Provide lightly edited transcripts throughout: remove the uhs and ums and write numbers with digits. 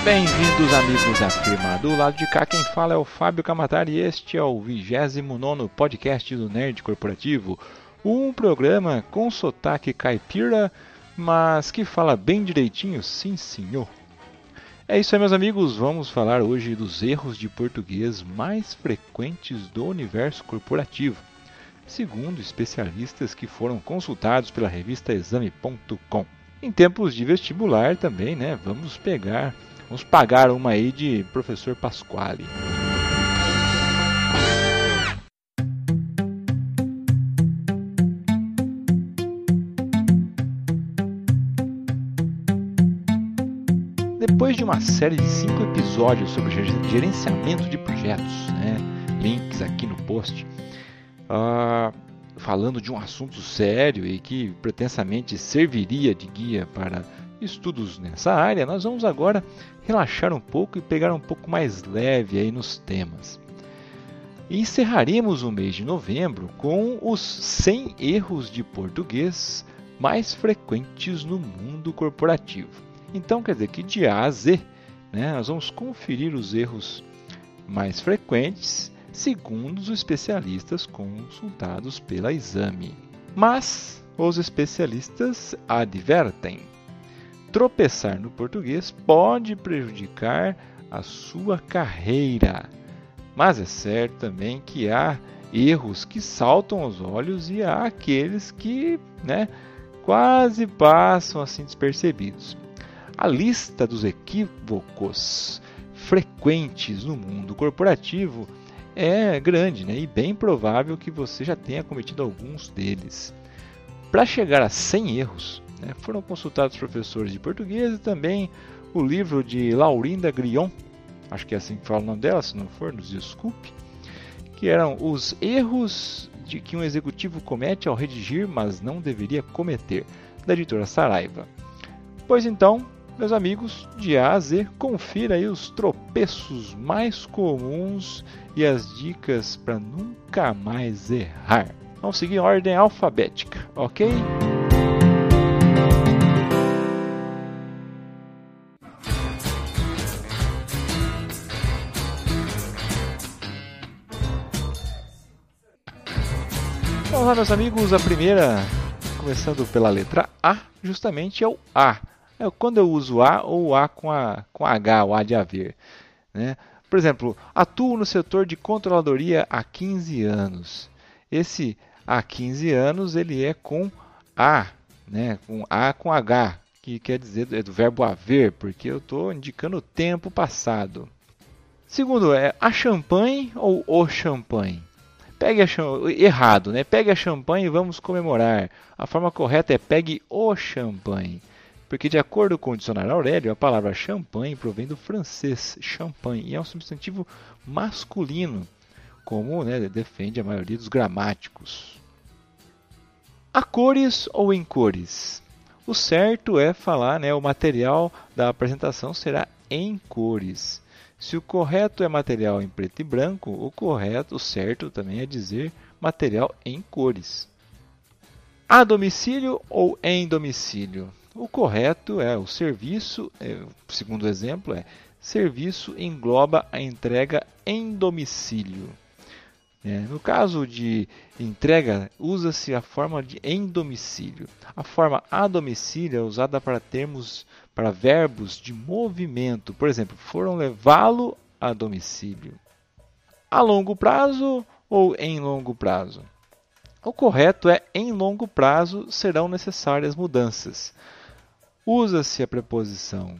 Bem-vindos, amigos da firma. Do lado de cá quem fala é o Fábio Camatari e este é o 29º podcast do Nerd Corporativo, um programa com sotaque caipira, mas que fala bem direitinho, sim senhor. É isso aí, meus amigos, vamos falar hoje dos erros de português mais frequentes do universo corporativo, segundo especialistas que foram consultados pela revista Exame.com. Em tempos de vestibular também, né, vamos pagar uma aí de professor Pasquale. Depois de uma série de 5 episódios sobre gerenciamento de projetos, né, links aqui no post, falando de um assunto sério e que pretensamente serviria de guia para estudos nessa área, nós vamos agora relaxar um pouco e pegar um pouco mais leve aí nos temas. E encerraremos o mês de novembro com os 100 erros de português mais frequentes no mundo corporativo. Então quer dizer que de A a Z, né, nós vamos conferir os erros mais frequentes segundo os especialistas consultados pela Exame. Mas os especialistas advertem: tropeçar no português pode prejudicar a sua carreira. Mas é certo também que há erros que saltam aos olhos e há aqueles que, quase passam assim despercebidos. A lista dos equívocos frequentes no mundo corporativo é grande, e bem provável que você já tenha cometido alguns deles. Para chegar a 100 erros, foram consultados professores de português e também o livro de Laurinda Grion, acho que é assim que fala o nome dela, se não for, nos desculpe, que eram os erros de que um executivo comete ao redigir, mas não deveria cometer, da editora Saraiva. Pois então, meus amigos, de A a Z, confira aí os tropeços mais comuns e as dicas para nunca mais errar. Vamos seguir em ordem alfabética, ok? Vamos lá, meus amigos, a primeira, começando pela letra A, justamente é o A. É quando eu uso A ou A com H, o A de haver. Por exemplo, atuo no setor de controladoria há 15 anos. Esse há 15 anos ele é com A, com A com H, que quer dizer é do verbo haver, porque eu estou indicando o tempo passado. Segundo é a champanhe ou o champanhe. Errado, pegue a champanhe e vamos comemorar. A forma correta é pegue o champanhe. Porque, de acordo com o dicionário Aurélio, a palavra champanhe provém do francês champagne e é um substantivo masculino, como defende a maioria dos gramáticos. A cores ou em cores? O certo é falar, o material da apresentação será em cores. Se o correto é material em preto e branco, o certo também é dizer material em cores. A domicílio ou em domicílio? O correto é o serviço, segundo o exemplo, serviço engloba a entrega em domicílio. No caso de entrega, usa-se a forma de em domicílio. A forma a domicílio é usada para verbos de movimento. Por exemplo, foram levá-lo a domicílio. A longo prazo ou em longo prazo? O correto é em longo prazo serão necessárias mudanças. Usa-se a preposição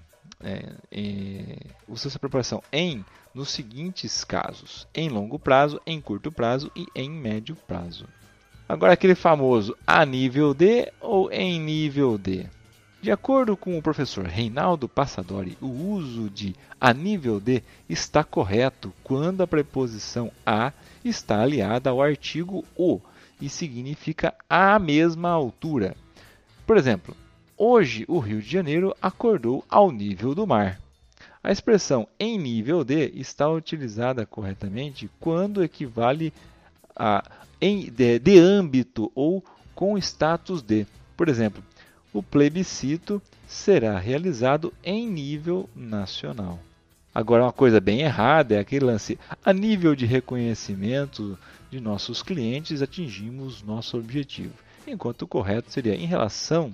em nos seguintes casos: em longo prazo, em curto prazo e em médio prazo. Agora aquele famoso a nível de ou em nível de. De acordo com o professor Reinaldo Passadori, o uso de a nível de está correto quando a preposição a está aliada ao artigo o e significa à mesma altura. Por exemplo, hoje o Rio de Janeiro acordou ao nível do mar. A expressão em nível de está utilizada corretamente quando equivale a de âmbito ou com status de. Por exemplo, o plebiscito será realizado em nível nacional. Agora, uma coisa bem errada é aquele lance: a nível de reconhecimento de nossos clientes, atingimos nosso objetivo. Enquanto o correto seria em relação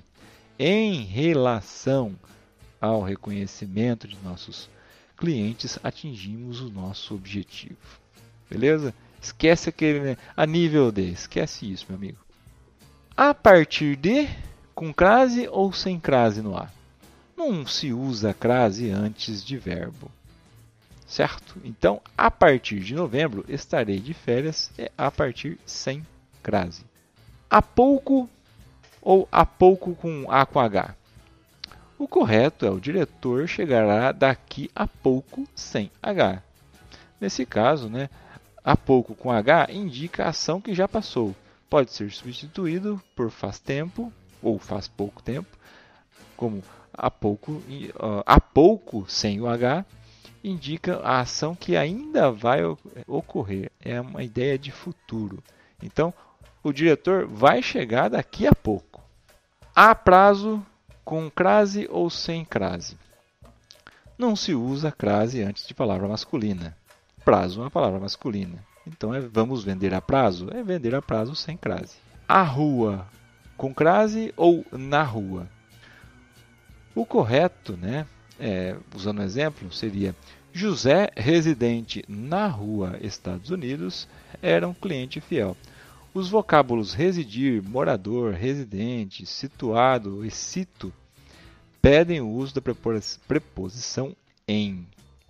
ao reconhecimento de nossos clientes, atingimos o nosso objetivo. Beleza? Esquece aquele, né? A nível de, esquece isso, meu amigo. A partir de, com crase ou sem crase no A? Não se usa crase antes de verbo. Certo? Então, a partir de novembro, estarei de férias, é a partir sem crase. Há pouco ou há pouco com A com H? O correto é: o diretor chegará daqui a pouco sem H. Nesse caso, né, há pouco com H indica a ação que já passou. Pode ser substituído por faz tempo ou faz pouco tempo, como há pouco sem o H indica a ação que ainda vai ocorrer. É uma ideia de futuro. Então, o diretor vai chegar daqui a pouco. Há prazo com crase ou sem crase? Não se usa crase antes de palavra masculina. Prazo é uma palavra masculina. Então, vamos vender a prazo? É vender a prazo sem crase. A rua com crase ou na rua? O correto, né, usando um exemplo, seria: José, residente na rua Estados Unidos, era um cliente fiel. Os vocábulos residir, morador, residente, situado e sito pedem o uso da preposição em.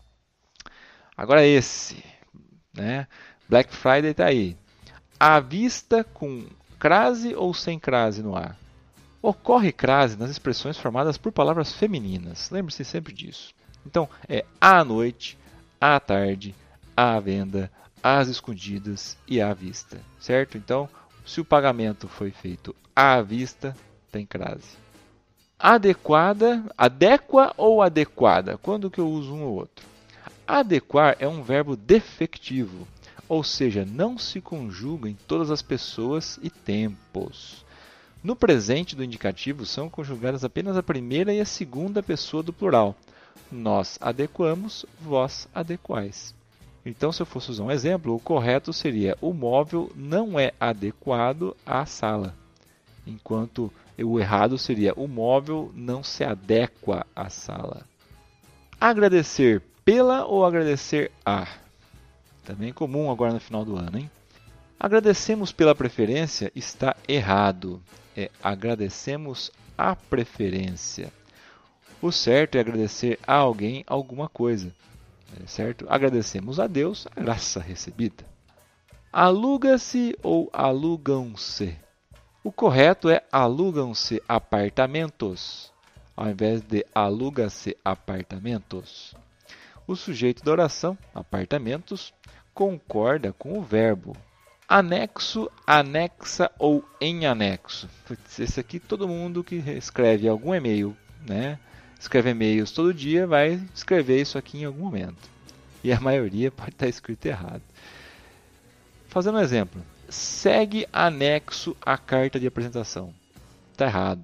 Agora esse, né? Black Friday está aí. À vista com crase ou sem crase no A? Ocorre crase nas expressões formadas por palavras femininas. Lembre-se sempre disso. Então, é à noite, à tarde, à venda, às escondidas e à vista, certo? Então, se o pagamento foi feito à vista, tem crase. Adequada, adequa ou adequada? Quando que eu uso um ou outro? Adequar é um verbo defectivo, ou seja, não se conjuga em todas as pessoas e tempos. No presente do indicativo são conjugadas apenas a primeira e a segunda pessoa do plural. Nós adequamos, vós adequais. Então, se eu fosse usar um exemplo, o correto seria: o móvel não é adequado à sala. Enquanto o errado seria: o móvel não se adequa à sala. Agradecer pela ou agradecer a? Também comum agora no final do ano, hein? Agradecemos pela preferência está errado. É agradecemos a preferência. O certo é agradecer a alguém alguma coisa. Certo? Agradecemos a Deus a graça recebida. Aluga-se ou alugam-se? O correto é alugam-se apartamentos, ao invés de aluga-se apartamentos. O sujeito da oração, apartamentos, concorda com o verbo. Anexo, anexa ou em anexo. Esse aqui todo mundo que escreve algum e-mail, né? Escreve e-mails todo dia, vai escrever isso aqui em algum momento. E a maioria pode estar escrito errado. Fazendo um exemplo. Segue anexo à carta de apresentação. Está errado.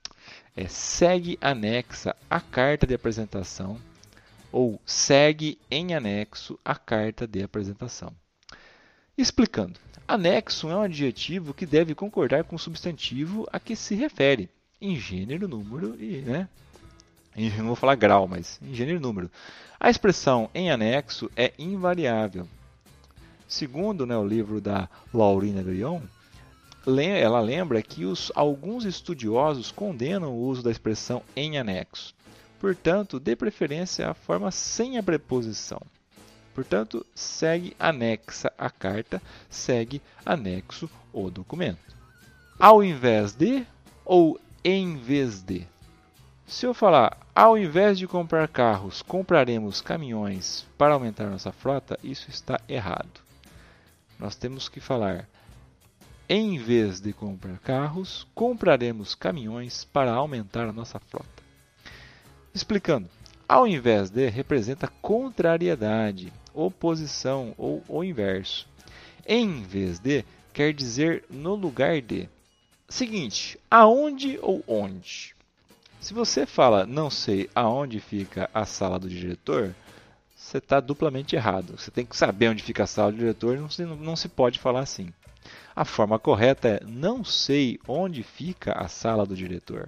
Segue anexa à carta de apresentação ou segue em anexo à carta de apresentação. Explicando. Anexo é um adjetivo que deve concordar com o substantivo a que se refere, em gênero, número e, né? Não vou falar grau, mas em gênero e número. A expressão em anexo é invariável. Segundo, né, o livro da Laurina Guion, ela lembra que alguns estudiosos condenam o uso da expressão em anexo. Portanto, dê preferência à forma sem a preposição. Portanto, segue anexa a carta, segue anexo o documento. Ao invés de ou em vez de? Se eu falar, ao invés de comprar carros, compraremos caminhões para aumentar nossa frota, isso está errado. Nós temos que falar, em vez de comprar carros, compraremos caminhões para aumentar a nossa frota. Explicando, ao invés de representa contrariedade, oposição ou o inverso. Em vez de quer dizer no lugar de. Seguinte, aonde ou onde? Se você fala não sei aonde fica a sala do diretor, você está duplamente errado. Você tem que saber onde fica a sala do diretor, não se pode falar assim. A forma correta é não sei onde fica a sala do diretor.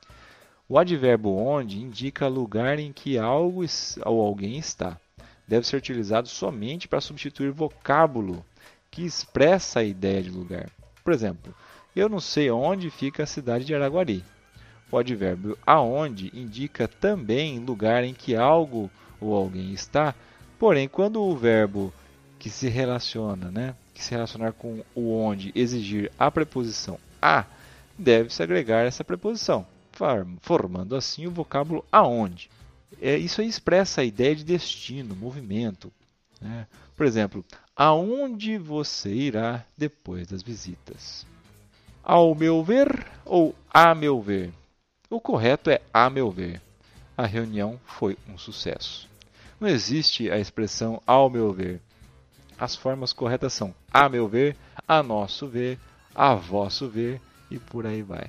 O advérbio onde indica lugar em que algo ou alguém está. Deve ser utilizado somente para substituir vocábulo que expressa a ideia de lugar. Por exemplo, eu não sei onde fica a cidade de Araguari. O advérbio aonde indica também lugar em que algo ou alguém está, porém, quando o verbo que se relaciona, que se relacionar com o onde exigir a preposição a, deve-se agregar essa preposição, formando assim o vocábulo aonde. Isso aí expressa a ideia de destino, movimento. Né? Por exemplo, aonde você irá depois das visitas? Ao meu ver ou a meu ver? O correto é a meu ver. A reunião foi um sucesso. Não existe a expressão ao meu ver. As formas corretas são a meu ver, a nosso ver, a vosso ver e por aí vai.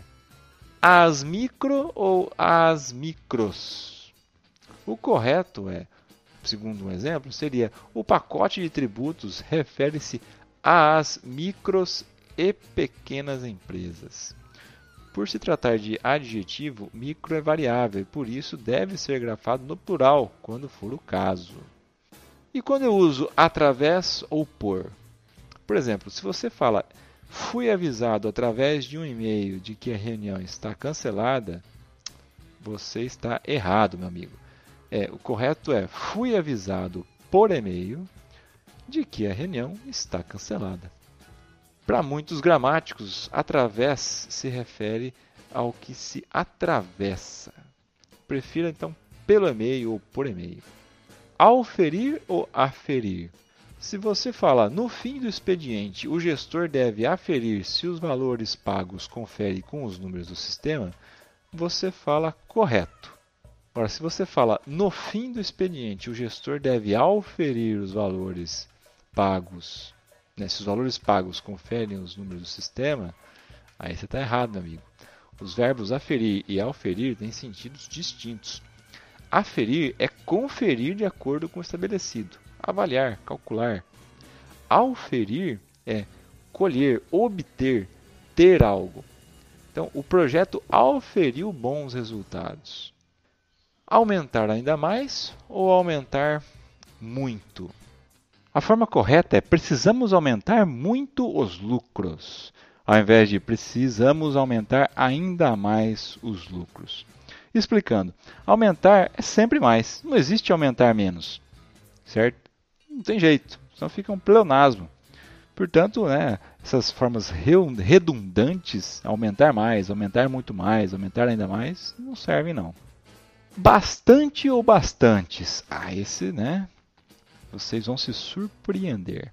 As micro ou as micros? O correto segundo um exemplo, seria o pacote de tributos refere-se às micros e pequenas empresas. Por se tratar de adjetivo, micro é variável e por isso deve ser grafado no plural, quando for o caso. E quando eu uso através ou por? Por exemplo, se você fala fui avisado através de um e-mail de que a reunião está cancelada, você está errado, meu amigo. O correto é fui avisado por e-mail de que a reunião está cancelada. Para muitos gramáticos, através se refere ao que se atravessa. Prefira então pelo e-mail ou por e-mail. Auferir ou aferir? Se você fala no fim do expediente, o gestor deve aferir se os valores pagos conferem com os números do sistema, você fala correto. Agora, se você fala no fim do expediente, o gestor deve auferir os valores pagos, se os valores pagos conferem os números do sistema, aí você está errado, meu amigo. Os verbos aferir e auferir têm sentidos distintos. Aferir é conferir de acordo com o estabelecido, avaliar, calcular. Auferir é colher, obter, ter algo. Então, o projeto auferiu bons resultados. Aumentar ainda mais ou aumentar muito? A forma correta é precisamos aumentar muito os lucros, ao invés de precisamos aumentar ainda mais os lucros. Explicando, aumentar é sempre mais, não existe aumentar menos, certo? Não tem jeito, senão fica um pleonasmo. Portanto, essas formas redundantes, aumentar mais, aumentar muito mais, aumentar ainda mais, não servem não. Bastante ou bastantes? Esse, vocês vão se surpreender.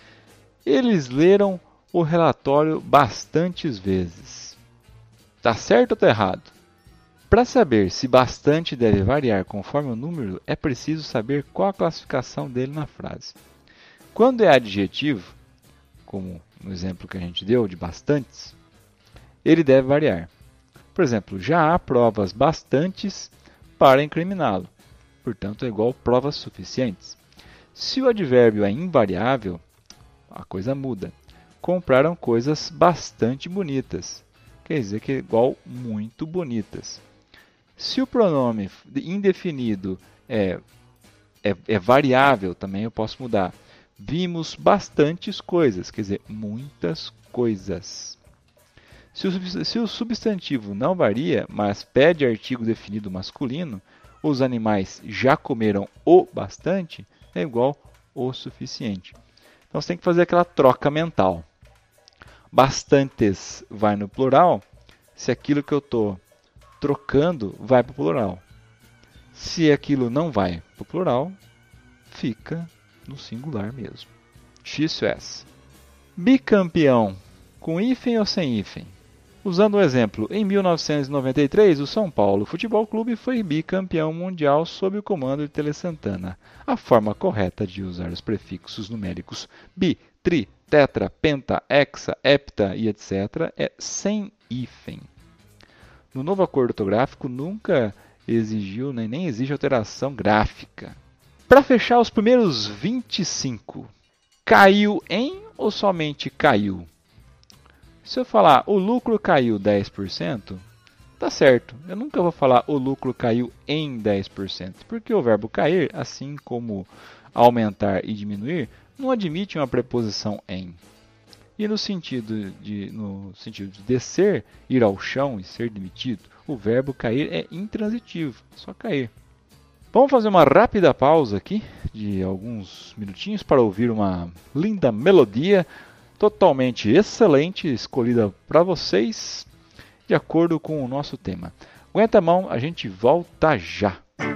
Eles leram o relatório bastantes vezes. Tá certo ou tá errado? Para saber se bastante deve variar conforme o número, é preciso saber qual a classificação dele na frase. Quando é adjetivo, como no exemplo que a gente deu de bastantes, ele deve variar. Por exemplo, já há provas bastantes para incriminá-lo. Portanto, é igual provas suficientes. Se o advérbio é invariável, a coisa muda. Compraram coisas bastante bonitas. Quer dizer que é igual muito bonitas. Se o pronome indefinido é variável, também eu posso mudar. Vimos bastantes coisas, quer dizer, muitas coisas. Se o substantivo não varia, mas pede artigo definido masculino, os animais já comeram o bastante, é igual o suficiente. Então você tem que fazer aquela troca mental. Bastantes vai no plural, se aquilo que eu estou trocando vai para o plural. Se aquilo não vai para o plural, fica no singular mesmo. Difícil essa. Bicampeão, com hífen ou sem hífen? Usando o exemplo, em 1993, o São Paulo Futebol Clube foi bicampeão mundial sob o comando de Tele Santana. A forma correta de usar os prefixos numéricos bi, tri, tetra, penta, hexa, hepta e etc. é sem hífen. No novo acordo ortográfico nunca exigiu, nem exige alteração gráfica. Para fechar os primeiros 25, caiu em ou somente caiu? Se eu falar o lucro caiu 10%, tá certo. Eu nunca vou falar o lucro caiu em 10%, porque o verbo cair, assim como aumentar e diminuir, não admite uma preposição em. E no sentido de descer, ir ao chão e ser demitido, o verbo cair é intransitivo, só cair. Vamos fazer uma rápida pausa aqui, de alguns minutinhos, para ouvir uma linda melodia, totalmente excelente, escolhida para vocês, de acordo com o nosso tema. Aguenta a mão, a gente volta já.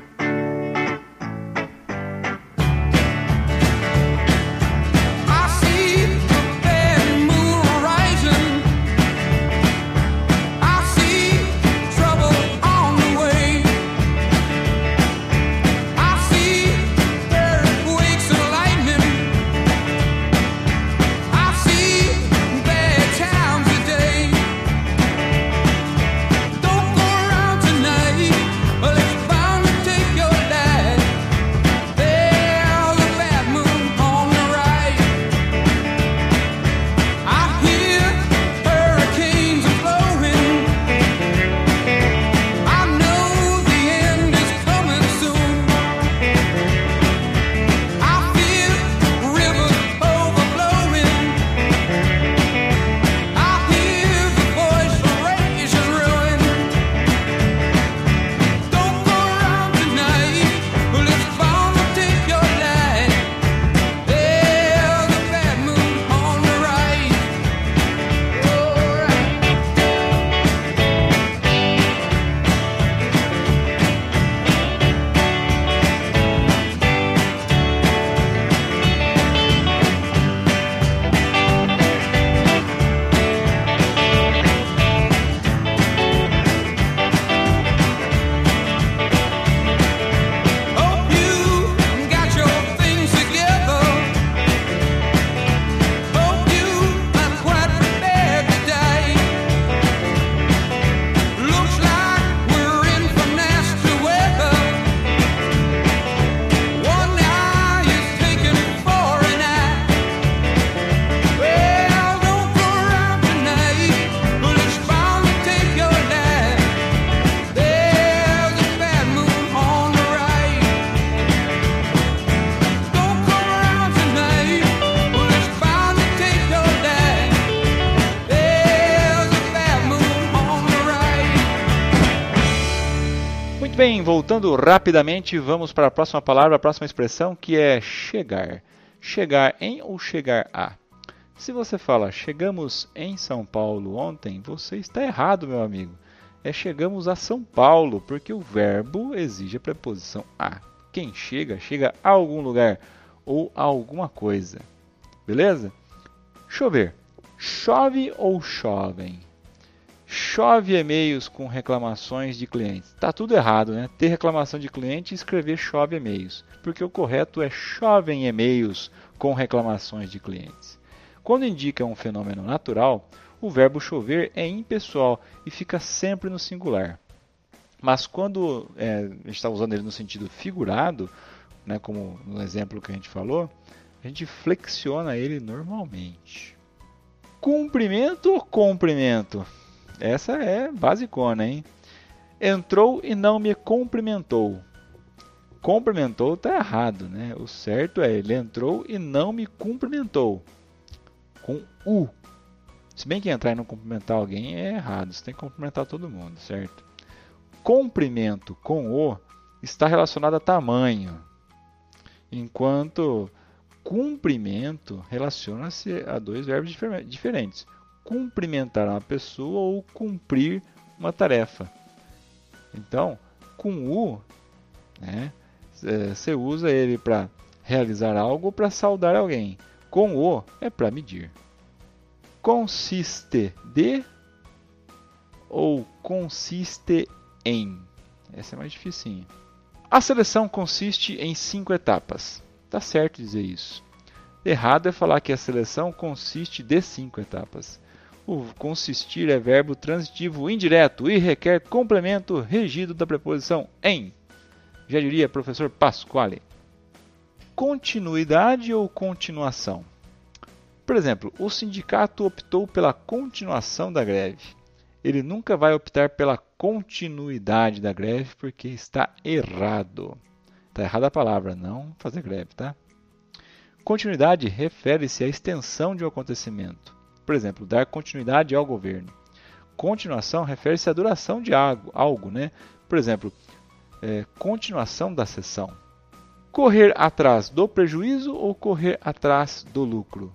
Bem, voltando rapidamente, vamos para a próxima palavra, a próxima expressão, que é chegar. Chegar em ou chegar a. Se você fala chegamos em São Paulo ontem, você está errado, meu amigo. É chegamos a São Paulo, porque o verbo exige a preposição a. Quem chega, chega a algum lugar ou a alguma coisa. Beleza? Chover. Chove ou chovem? Chove e-mails com reclamações de clientes. Está tudo errado, né? Ter reclamação de cliente e escrever chove e-mails. Porque o correto é chovem e-mails com reclamações de clientes. Quando indica um fenômeno natural, o verbo chover é impessoal e fica sempre no singular. Mas quando a gente está usando ele no sentido figurado, né, como no exemplo que a gente falou, a gente flexiona ele normalmente. Cumprimento ou comprimento? Essa é basicona, hein? Entrou e não me cumprimentou. Cumprimentou está errado, né? O certo é ele entrou e não me cumprimentou. Com U. Se bem que entrar e não cumprimentar alguém é errado. Você tem que cumprimentar todo mundo, certo? Cumprimento com O está relacionado a tamanho. Enquanto cumprimento relaciona-se a dois verbos diferentes. Cumprimentar uma pessoa ou cumprir uma tarefa. Então, com U, né, você usa ele para realizar algo ou para saudar alguém. Com O é para medir. Consiste de ou consiste em? Essa é mais dificinho. A seleção consiste em 5 etapas. Tá certo dizer isso. Errado é falar que a seleção consiste de 5 etapas. O consistir é verbo transitivo indireto e requer complemento regido da preposição em. Já diria professor Pasquale. Continuidade ou continuação? Por exemplo, o sindicato optou pela continuação da greve. Ele nunca vai optar pela continuidade da greve porque está errado. Está errada a palavra, não fazer greve, tá? Continuidade refere-se à extensão de um acontecimento. Por exemplo, dar continuidade ao governo. Continuação refere-se à duração de algo, né? Por exemplo, continuação da sessão. Correr atrás do prejuízo ou correr atrás do lucro?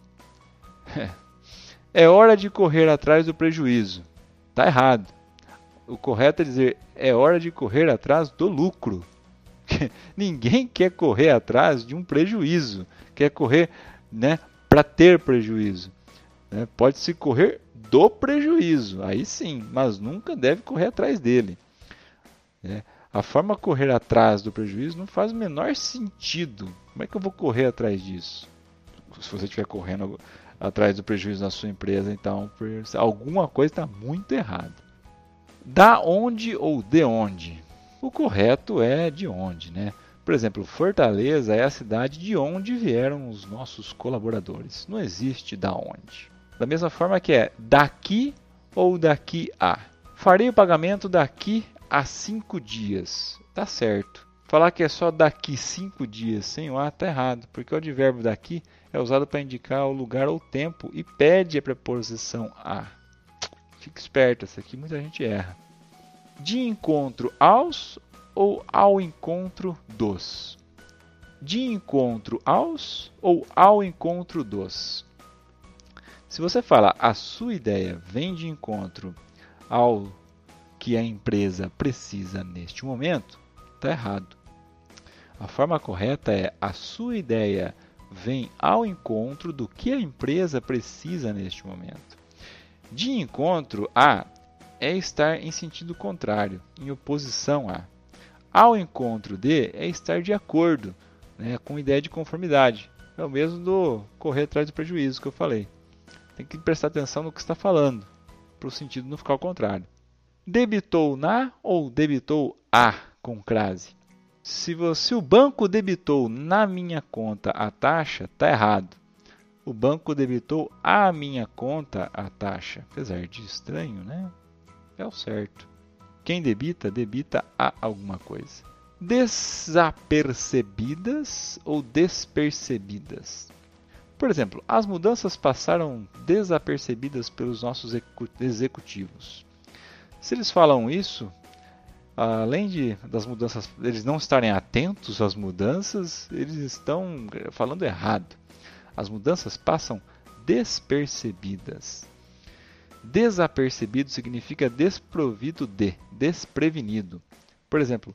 É hora de correr atrás do prejuízo. Está errado. O correto é dizer, é hora de correr atrás do lucro. Ninguém quer correr atrás de um prejuízo. Quer correr, né, para ter prejuízo. Pode-se correr do prejuízo, aí sim, mas nunca deve correr atrás dele. A forma de correr atrás do prejuízo não faz o menor sentido. Como é que eu vou correr atrás disso? Se você estiver correndo atrás do prejuízo na sua empresa, então alguma coisa está muito errada. Da onde ou de onde? O correto é de onde, né? Por exemplo, Fortaleza é a cidade de onde vieram os nossos colaboradores. Não existe da onde. Da mesma forma que é daqui ou daqui a. Farei o pagamento daqui a 5 dias. Tá certo. Falar que é só daqui 5 dias sem o a está errado, porque o advérbio daqui é usado para indicar o lugar ou tempo e pede a preposição a. Fique esperto, essa aqui muita gente erra. De encontro aos ou ao encontro dos? De encontro aos ou ao encontro dos? Se você fala a sua ideia vem de encontro ao que a empresa precisa neste momento, está errado. A forma correta é a sua ideia vem ao encontro do que a empresa precisa neste momento. De encontro a é estar em sentido contrário, em oposição a. Ao encontro de é estar de acordo, né, com ideia de conformidade. É o mesmo do correr atrás do prejuízo que eu falei. Tem que prestar atenção no que está falando, para o sentido não ficar ao contrário. Debitou na ou debitou a com crase? Se o banco debitou na minha conta a taxa, está errado. O banco debitou a minha conta a taxa. Apesar de estranho, né? É o certo. Quem debita, debita a alguma coisa. Desapercebidas ou despercebidas? Por exemplo, as mudanças passaram desapercebidas pelos nossos executivos. Se eles falam isso, além das mudanças, eles não estarem atentos às mudanças, eles estão falando errado. As mudanças passam despercebidas. Desapercebido significa desprovido de, desprevenido. Por exemplo,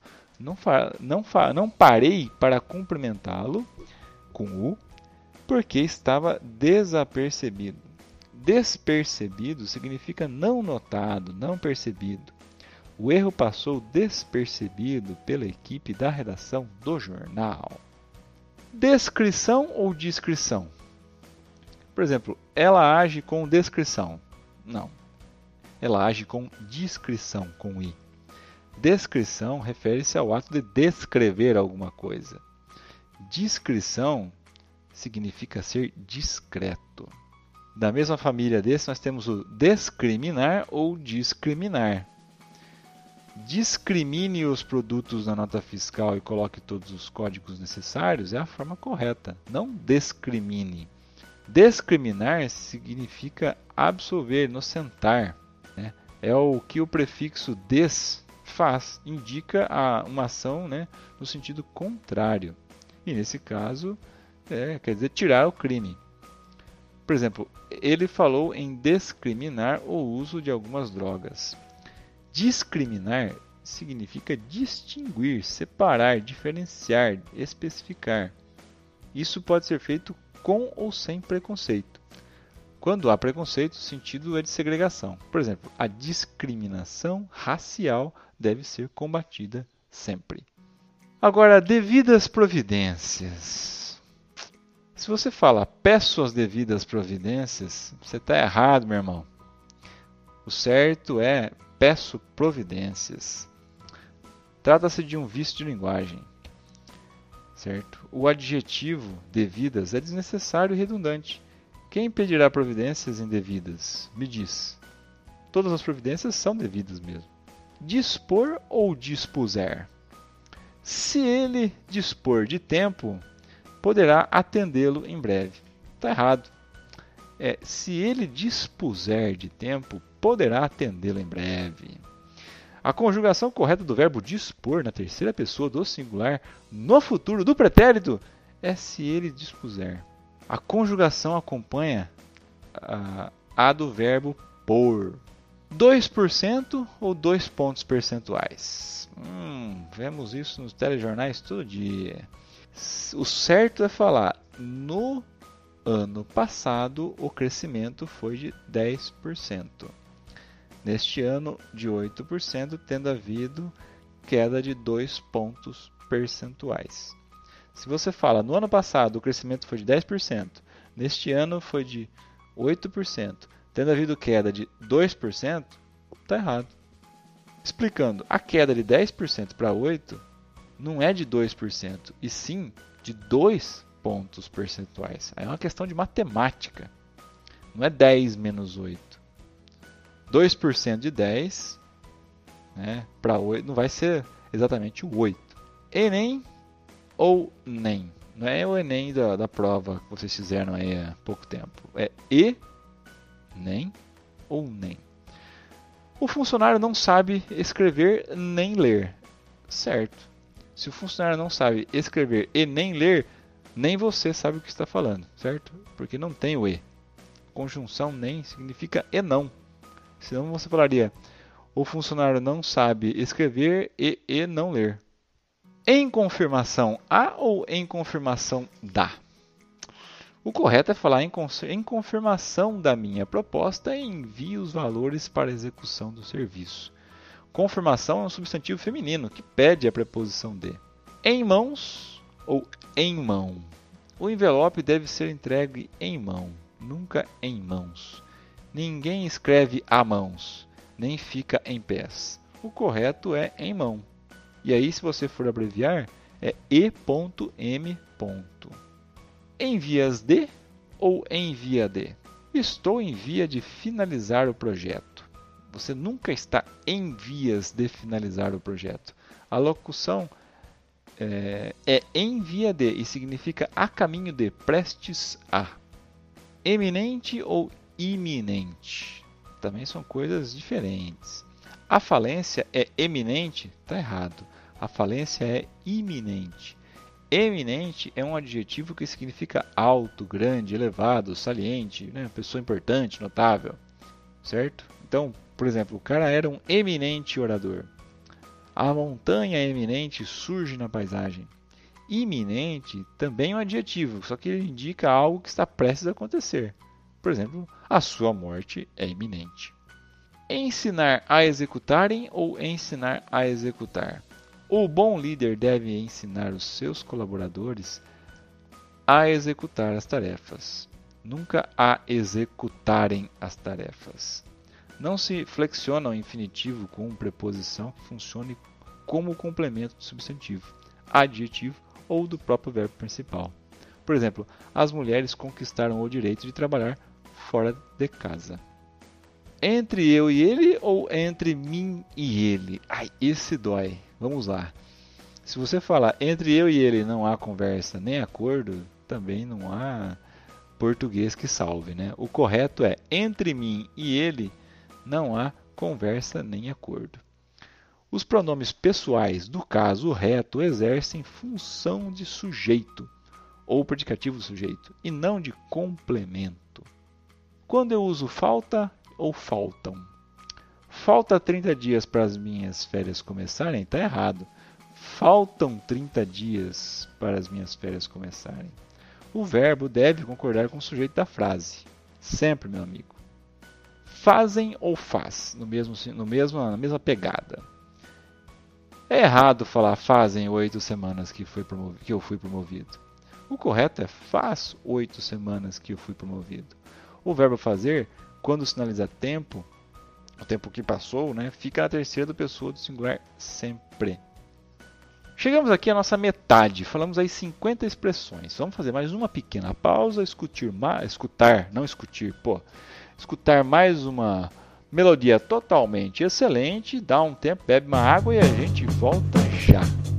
não parei para cumprimentá-lo com o porque estava desapercebido. Despercebido significa não notado, não percebido. O erro passou despercebido pela equipe da redação do jornal. Descrição ou discrição? Por exemplo, ela age com descrição. Não. Ela age com discrição, com i. Descrição refere-se ao ato de descrever alguma coisa. Discrição significa ser discreto. Da mesma família desse, nós temos o discriminar ou discriminar. Discrimine os produtos na nota fiscal e coloque todos os códigos necessários é a forma correta, não discrimine. Discriminar significa absolver, inocentar, né? É o que o prefixo des faz, indica uma ação, né, no sentido contrário. E nesse caso, quer dizer tirar o crime. Por exemplo, ele falou em discriminar o uso de algumas drogas. Discriminar significa distinguir, separar, diferenciar, especificar. Isso pode ser feito com ou sem preconceito. Quando há preconceito, o sentido é de segregação. Por exemplo, a discriminação racial deve ser combatida sempre. Agora, devidas providências. Se você fala peço as devidas providências, você está errado, meu irmão. O certo é peço providências. Trata-se de um vício de linguagem. Certo? O adjetivo devidas é desnecessário e redundante. Quem pedirá providências indevidas? Me diz. Todas as providências são devidas mesmo. Dispor ou dispuser? Se ele dispor de tempo, poderá atendê-lo em breve. Está errado. Se ele dispuser de tempo, poderá atendê-lo em breve. A conjugação correta do verbo dispor na terceira pessoa do singular no futuro do pretérito é se ele dispuser. A conjugação acompanha a do verbo por. 2% ou 2 pontos percentuais? Vemos isso nos telejornais todo dia. O certo é falar: no ano passado o crescimento foi de 10%. Neste ano, de 8%, tendo havido queda de 2 pontos percentuais. Se você fala, no ano passado o crescimento foi de 10%, neste ano foi de 8%, tendo havido queda de 2%, está errado. Explicando, a queda de 10% para 8% não é de 2%, e sim de 2 pontos percentuais. Aí é uma questão de matemática. Não é 10 menos 8. 2% de 10, né, para 8 não vai ser exatamente o 8. Enem ou NEM? Não é o Enem da prova que vocês fizeram aí há pouco tempo. É ENEM ou NEM. O funcionário não sabe escrever nem ler. Certo. Se o funcionário não sabe escrever e nem ler, nem você sabe o que está falando, certo? Porque não tem o E. Conjunção nem significa e não. Senão você falaria, o funcionário não sabe escrever e não ler. Em confirmação a ou em confirmação da? O correto é falar em confirmação da minha proposta e envie os valores para execução do serviço. Confirmação é um substantivo feminino que pede a preposição de. Em mãos ou em mão? O envelope deve ser entregue em mão, nunca em mãos. Ninguém escreve a mãos, nem fica em pés. O correto é em mão. E aí, se você for abreviar, é E.M. Em vias de ou em via de? Estou em via de finalizar o projeto. Você nunca está em vias de finalizar o projeto. A locução é em via de e significa a caminho de, prestes a. Eminente ou iminente? Também são coisas diferentes. A falência é eminente? Está errado. A falência é iminente. Eminente é um adjetivo que significa alto, grande, elevado, saliente, né? Pessoa importante, notável, certo? Então, por exemplo, o cara era um eminente orador. A montanha eminente surge na paisagem. Iminente também é um adjetivo, só que ele indica algo que está prestes a acontecer. Por exemplo, a sua morte é iminente. Ensinar a executarem ou ensinar a executar? O bom líder deve ensinar os seus colaboradores a executar as tarefas, nunca a executarem as tarefas. Não se flexiona o infinitivo com uma preposição que funcione como complemento do substantivo, adjetivo ou do próprio verbo principal. Por exemplo, as mulheres conquistaram o direito de trabalhar fora de casa. Entre eu e ele ou entre mim e ele? Ai, esse dói. Vamos lá. Se você falar entre eu e ele não há conversa nem acordo, também não há português que salve, né? O correto é entre mim e ele não há conversa nem acordo. Os pronomes pessoais do caso reto exercem função de sujeito ou predicativo do sujeito e não de complemento. Quando eu uso falta ou faltam? Falta 30 dias para as minhas férias começarem? Está errado. Faltam 30 dias para as minhas férias começarem. O verbo deve concordar com o sujeito da frase. Sempre, meu amigo. Fazem ou faz? Na mesma pegada. É errado falar fazem 8 semanas que eu fui promovido. O correto é faz 8 semanas que eu fui promovido. O verbo fazer, quando sinaliza tempo, o tempo que passou, né, fica na terceira do pessoa do singular sempre. Chegamos aqui à nossa metade, falamos aí 50 expressões. Vamos fazer mais uma pequena pausa, escutar mais uma melodia totalmente excelente, dá um tempo, bebe uma água e a gente volta já.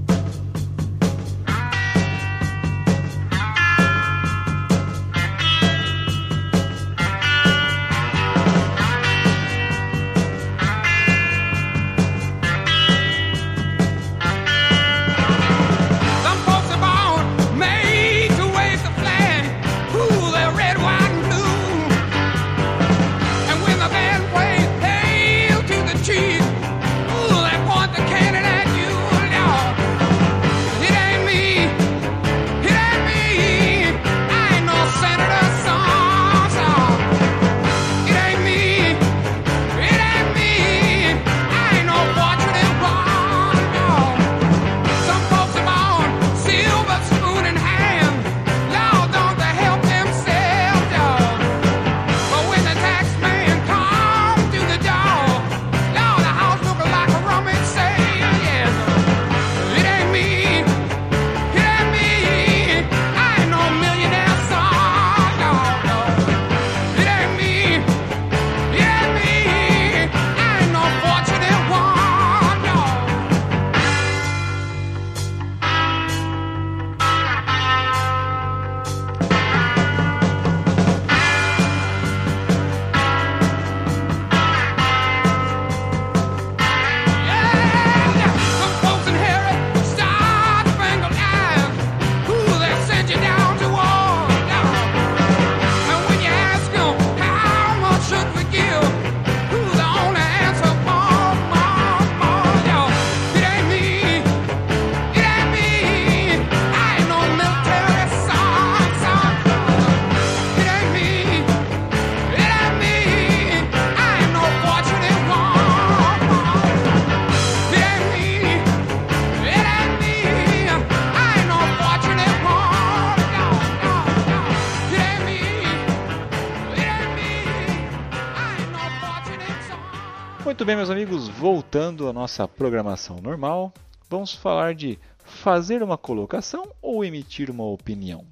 Muito bem, meus amigos, voltando à nossa programação normal, vamos falar de fazer uma colocação ou emitir uma opinião.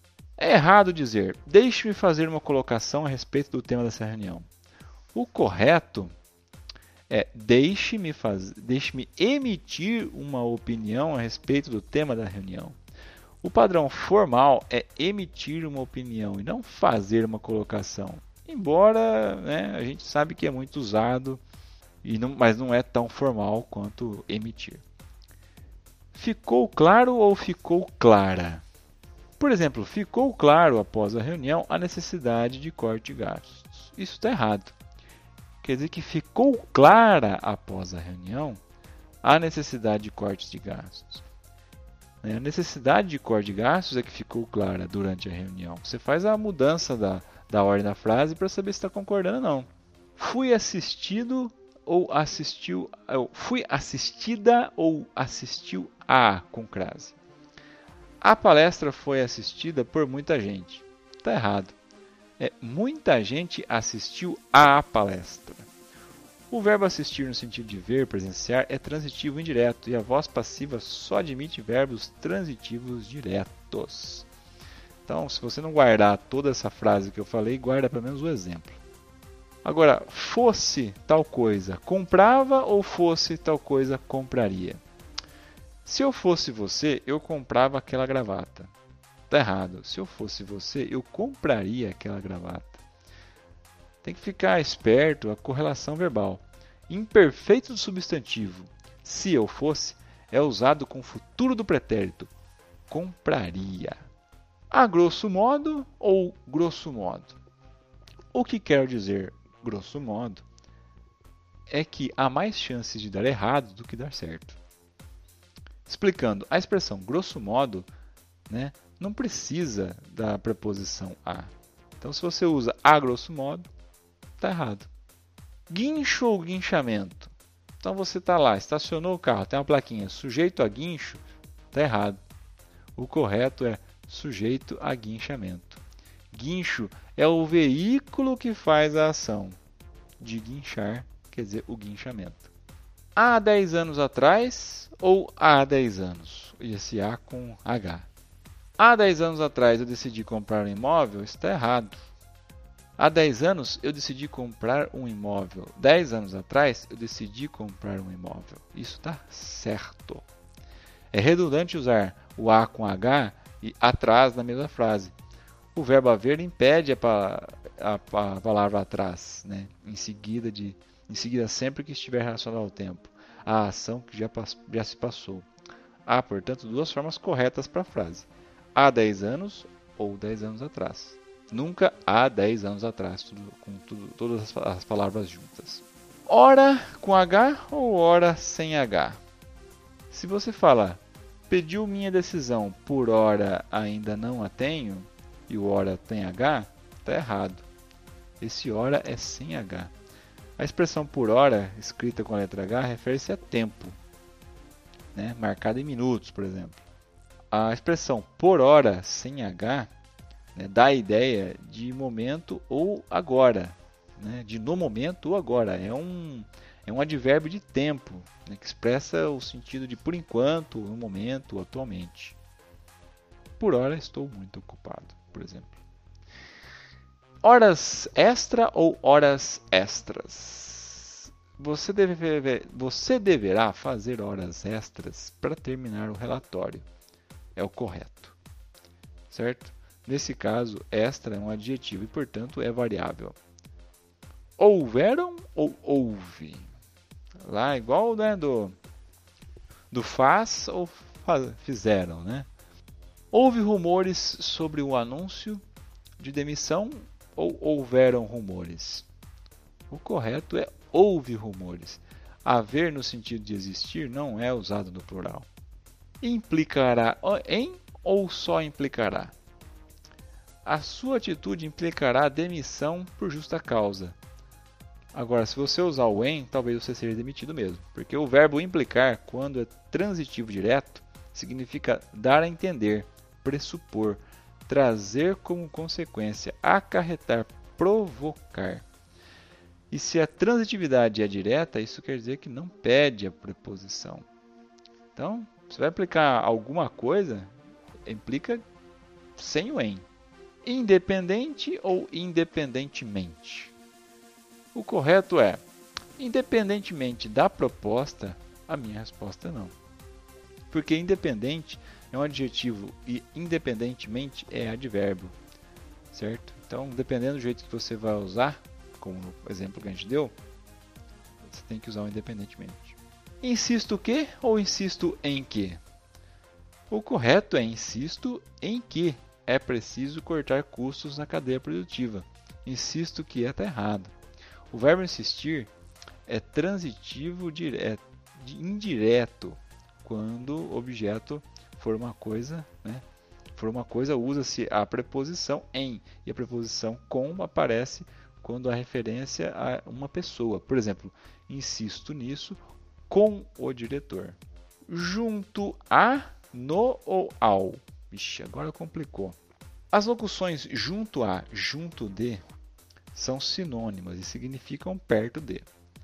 É errado dizer, deixe-me fazer uma colocação a respeito do tema dessa reunião. O correto é deixe-me emitir uma opinião a respeito do tema da reunião. O padrão formal é emitir uma opinião e não fazer uma colocação. Embora, né, a gente sabe que é muito usado, mas não é tão formal quanto emitir. Ficou claro ou ficou clara? Por exemplo, ficou claro após a reunião a necessidade de corte de gastos. Isso está errado. Quer dizer que ficou clara após a reunião a necessidade de cortes de gastos. A necessidade de corte de gastos é que ficou clara durante a reunião. Você faz a mudança da ordem da frase para saber se está concordando ou não. Fui assistida ou assistiu a com crase. A palestra foi assistida por muita gente. Está errado. Muita gente assistiu à palestra. O verbo assistir no sentido de ver, presenciar, é transitivo indireto e a voz passiva só admite verbos transitivos diretos. Então, se você não guardar toda essa frase que eu falei, guarda pelo menos o exemplo. Agora, fosse tal coisa, comprava ou fosse tal coisa, compraria? Se eu fosse você, eu comprava aquela gravata. Está errado. Se eu fosse você, eu compraria aquela gravata. Tem que ficar esperto a correlação verbal. Imperfeito do substantivo, se eu fosse, é usado com o futuro do pretérito. Compraria. A grosso modo ou grosso modo? O que quero dizer, grosso modo, é que há mais chances de dar errado do que dar certo. Explicando, a expressão grosso modo, né, não precisa da preposição a. Então, se você usa a grosso modo, está errado. Guincho ou guinchamento? Então, você está lá, estacionou o carro, tem uma plaquinha sujeito a guincho, está errado. O correto é sujeito a guinchamento. Guincho é o veículo que faz a ação de guinchar quer dizer o guinchamento. Há 10 anos atrás ou há 10 anos? Esse A com H. Há 10 anos atrás eu decidi comprar um imóvel, está errado. Há 10 anos eu decidi comprar um imóvel. 10 anos atrás eu decidi comprar um imóvel. Isso está certo. É redundante usar o A com H e atrás na mesma frase. O verbo haver impede a palavra atrás, né? Em seguida sempre que estiver relacionado ao tempo, a ação que já se passou. Há, portanto, duas formas corretas para a frase. Há 10 anos ou 10 anos atrás. Nunca há 10 anos atrás, todas as palavras juntas. Hora com H ou hora sem H? Se você fala, pediu minha decisão, por hora ainda não a tenho, e o hora tem H, está errado. Esse hora é sem H. A expressão por hora, escrita com a letra H, refere-se a tempo, né? Marcado em minutos, por exemplo. A expressão por hora, sem H, né, dá a ideia de momento ou agora, né? De no momento ou agora. É um advérbio de tempo, né, que expressa o sentido de por enquanto, no momento, atualmente. Por hora estou muito ocupado, por exemplo. Horas extra ou horas extras? Você deverá fazer horas extras para terminar o relatório. É o correto, certo? Nesse caso, extra é um adjetivo e, portanto, é variável. Houveram ou houve? Lá, igual, né, do faz ou fizeram, né? Houve rumores sobre o anúncio de demissão ou houveram rumores? O correto é houve rumores. Haver no sentido de existir não é usado no plural. Implicará em ou só implicará? A sua atitude implicará demissão por justa causa. Agora, se você usar o em, talvez você seja demitido mesmo. Porque o verbo implicar, quando é transitivo direto, significa dar a entender, pressupor, trazer como consequência, acarretar, provocar. E se a transitividade é direta, isso quer dizer que não pede a preposição. Então, você vai aplicar alguma coisa, implica sem o em. Independente ou independentemente? O correto é, independentemente da proposta, a minha resposta é não. Porque independente é um adjetivo e independentemente é advérbio, certo? Então, dependendo do jeito que você vai usar, como no exemplo que a gente deu, você tem que usar o independentemente. Insisto que ou insisto em que? O correto é insisto em que é preciso cortar custos na cadeia produtiva. Insisto que está errado. O verbo insistir é transitivo indireto quando o objeto for uma coisa, né? For uma coisa, usa-se a preposição em, e a preposição com aparece quando há referência a uma pessoa. Por exemplo, insisto nisso com o diretor. Junto a, no ou ao. Vixe, agora complicou. As locuções junto a, junto de são sinônimas e significam perto de,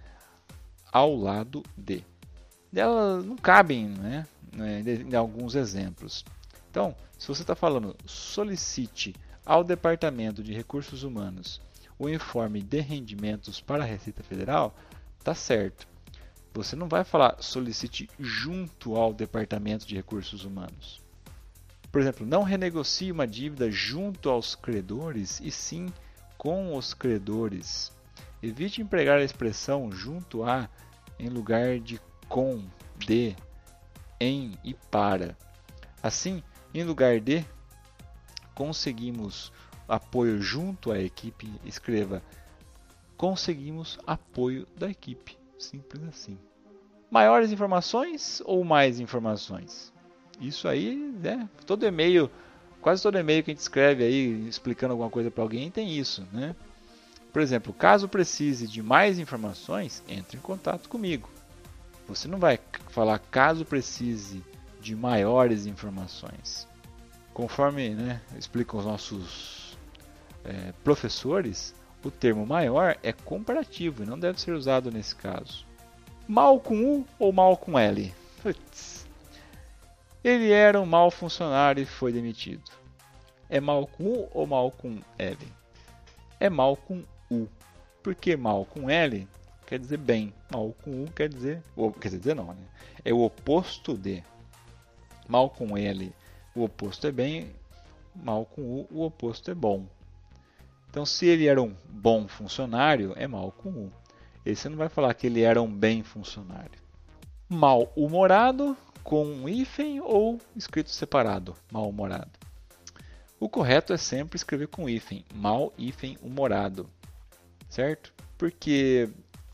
ao lado de. Elas não cabem, né, em alguns exemplos. Então, se você está falando solicite ao Departamento de Recursos Humanos o informe de rendimentos para a Receita Federal, está certo. Você não vai falar solicite junto ao Departamento de Recursos Humanos. Por exemplo, não renegocie uma dívida junto aos credores e sim com os credores. Evite empregar a expressão junto a em lugar de com, de, em e para. Assim, em lugar de conseguimos apoio junto à equipe, escreva conseguimos apoio da equipe. Simples assim. Maiores informações ou mais informações? Isso aí, né? Todo e-mail, quase todo e-mail que a gente escreve aí explicando alguma coisa para alguém tem isso, né? Por exemplo, caso precise de mais informações, entre em contato comigo. Você não vai falar caso precise de maiores informações. Conforme, né, explicam os nossos professores, O termo maior é comparativo e não deve ser usado nesse caso. Mal com U ou mal com L? Putz. Ele era um mau funcionário e foi demitido. É mal com U ou mal com L? É mal com U. Porque mal com L quer dizer bem. Mal com U quer dizer não, né? É o oposto de. Mal com L, o oposto é bem. Mal com U, o oposto é bom. Então, se ele era um bom funcionário, é mal com U. E você não vai falar que ele era um bem funcionário. Mal-humorado com um hífen ou escrito separado, mal-humorado. O correto é sempre escrever com hífen, mal-humorado, certo? Porque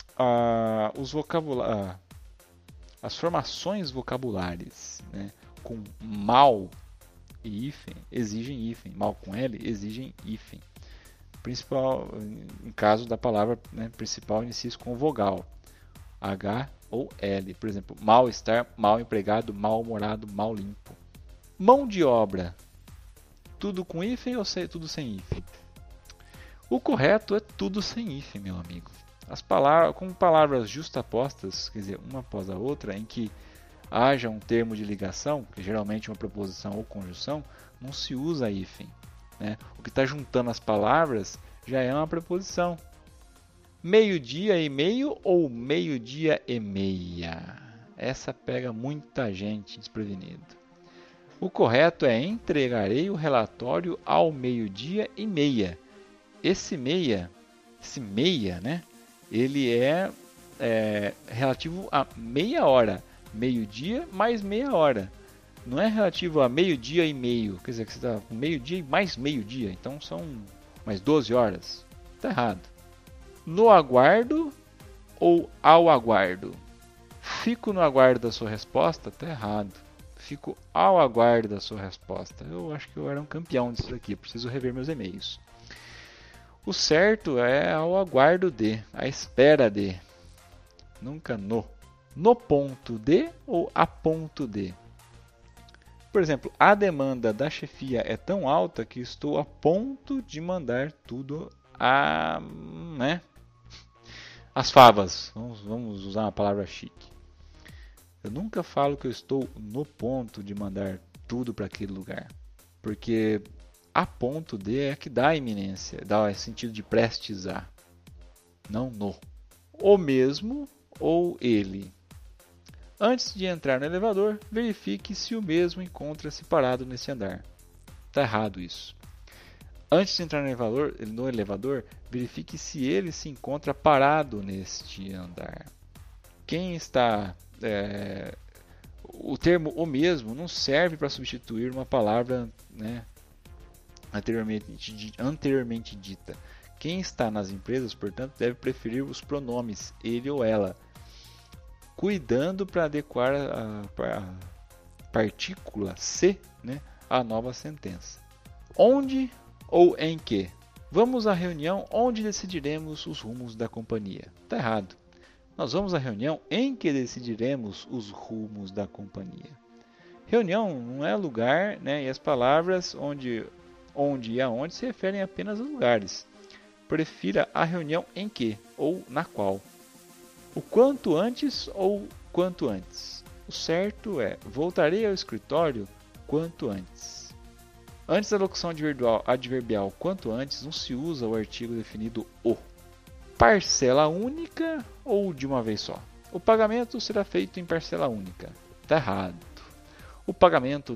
as formações vocabulares, né, com mal e hífen exigem hífen, mal com L exigem hífen. Principal, em caso da palavra, né, principal inicia com vogal, H ou L. Por exemplo, mal-estar, mal empregado, mal-humorado, mal limpo. Mão de obra, tudo com hífen ou tudo sem hífen? O correto é tudo sem hífen, meu amigo. Com palavras justapostas, quer dizer, uma após a outra, em que haja um termo de ligação, que geralmente é uma preposição ou conjunção, não se usa hífen. Né? O que está juntando as palavras já é uma preposição. Meio-dia e meio ou meio-dia e meia? Essa pega muita gente desprevenido. O correto é entregarei o relatório ao meio-dia e meia. Esse meia, né? Ele é relativo a meia hora. Meio-dia mais meia hora. Não é relativo a meio-dia e meio. Quer dizer, que você está com meio-dia e mais meio-dia. Então são mais 12 horas. Está errado. No aguardo ou ao aguardo? Fico no aguardo da sua resposta? Está errado. Fico ao aguardo da sua resposta. Eu acho que eu era um campeão disso daqui. Preciso rever meus e-mails. O certo é ao aguardo de. À espera de. Nunca no. No ponto de ou a ponto de? Por exemplo, a demanda da chefia é tão alta que estou a ponto de mandar tudo as favas. Vamos usar uma palavra chique. Eu nunca falo que eu estou no ponto de mandar tudo para aquele lugar. Porque a ponto de é que dá iminência, dá sentido de prestes a. Não no. O mesmo ou ele. Antes de entrar no elevador, verifique se o mesmo encontra-se parado nesse andar. Está errado isso. Antes de entrar no elevador, verifique se ele se encontra parado neste andar. Quem está... o termo o mesmo não serve para substituir uma palavra, né, anteriormente dita. Quem está nas empresas, portanto, deve preferir os pronomes ele ou ela, cuidando para adequar a partícula se, né, à nova sentença. Onde ou em que? Vamos à reunião onde decidiremos os rumos da companhia. Está errado. Nós vamos à reunião em que decidiremos os rumos da companhia. Reunião não é lugar, né, e as palavras onde e aonde se referem apenas a lugares. Prefira a reunião em que ou na qual. O quanto antes ou quanto antes? O certo é, voltarei ao escritório quanto antes. Antes da locução adverbial quanto antes, não se usa o artigo definido o. Parcela única ou de uma vez só? O pagamento será feito em parcela única. Está errado. O pagamento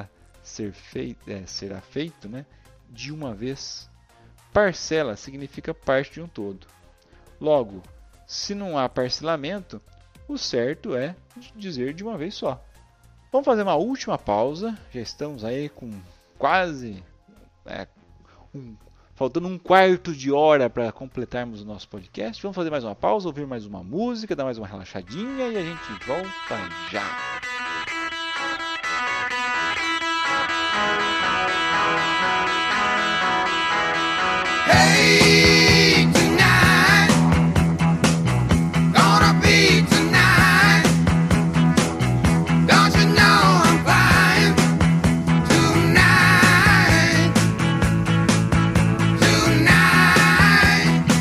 será feito, né, de uma vez. Parcela significa parte de um todo. Logo, se não há parcelamento, o certo é dizer de uma vez só. Vamos fazer uma última pausa. Já estamos aí com quase faltando um quarto de hora para completarmos o nosso podcast. Vamos fazer mais uma pausa, ouvir mais uma música, dar mais uma relaxadinha e a gente volta já. Hey, tonight, gonna be tonight. Don't you know I'm flying tonight, tonight.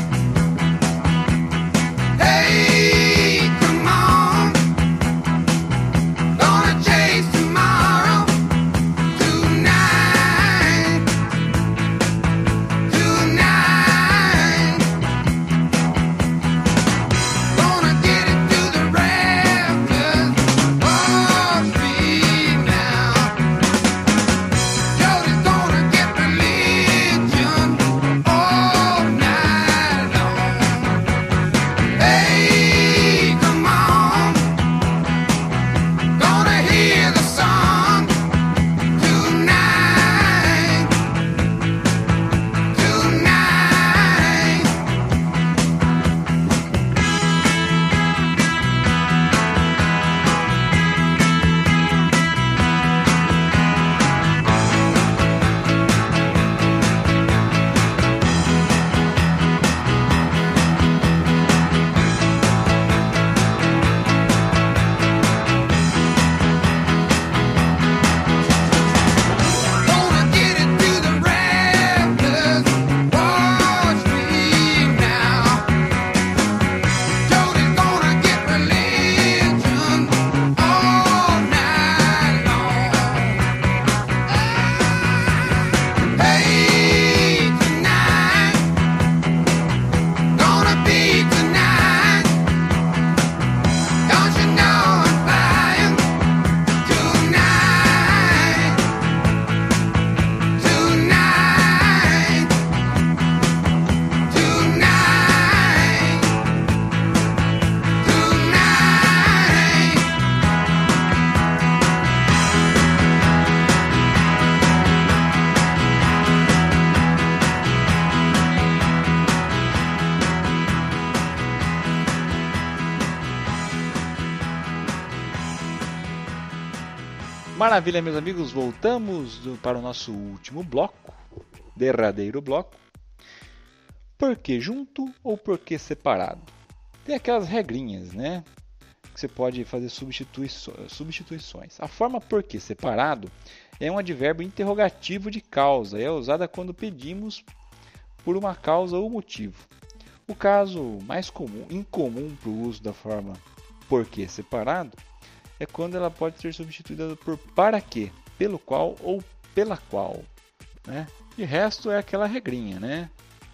Maravilha, meus amigos, voltamos para o nosso último bloco, derradeiro bloco. Por que junto ou por que separado? Tem aquelas regrinhas, né? Que você pode fazer substituições. A forma por que separado é um advérbio interrogativo de causa e é usada quando pedimos por uma causa ou motivo. O caso mais incomum para o uso da forma por que separado é quando ela pode ser substituída por para que, pelo qual ou pela qual, né? De resto é aquela regrinha, né?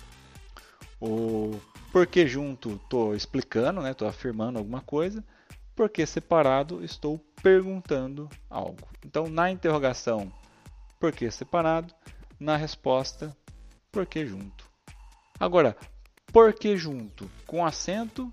O porque junto estou explicando, né? Estou afirmando alguma coisa. Porque separado estou perguntando algo. Então, na interrogação, por que separado? Na resposta, por que junto? Agora, por que junto? Com acento,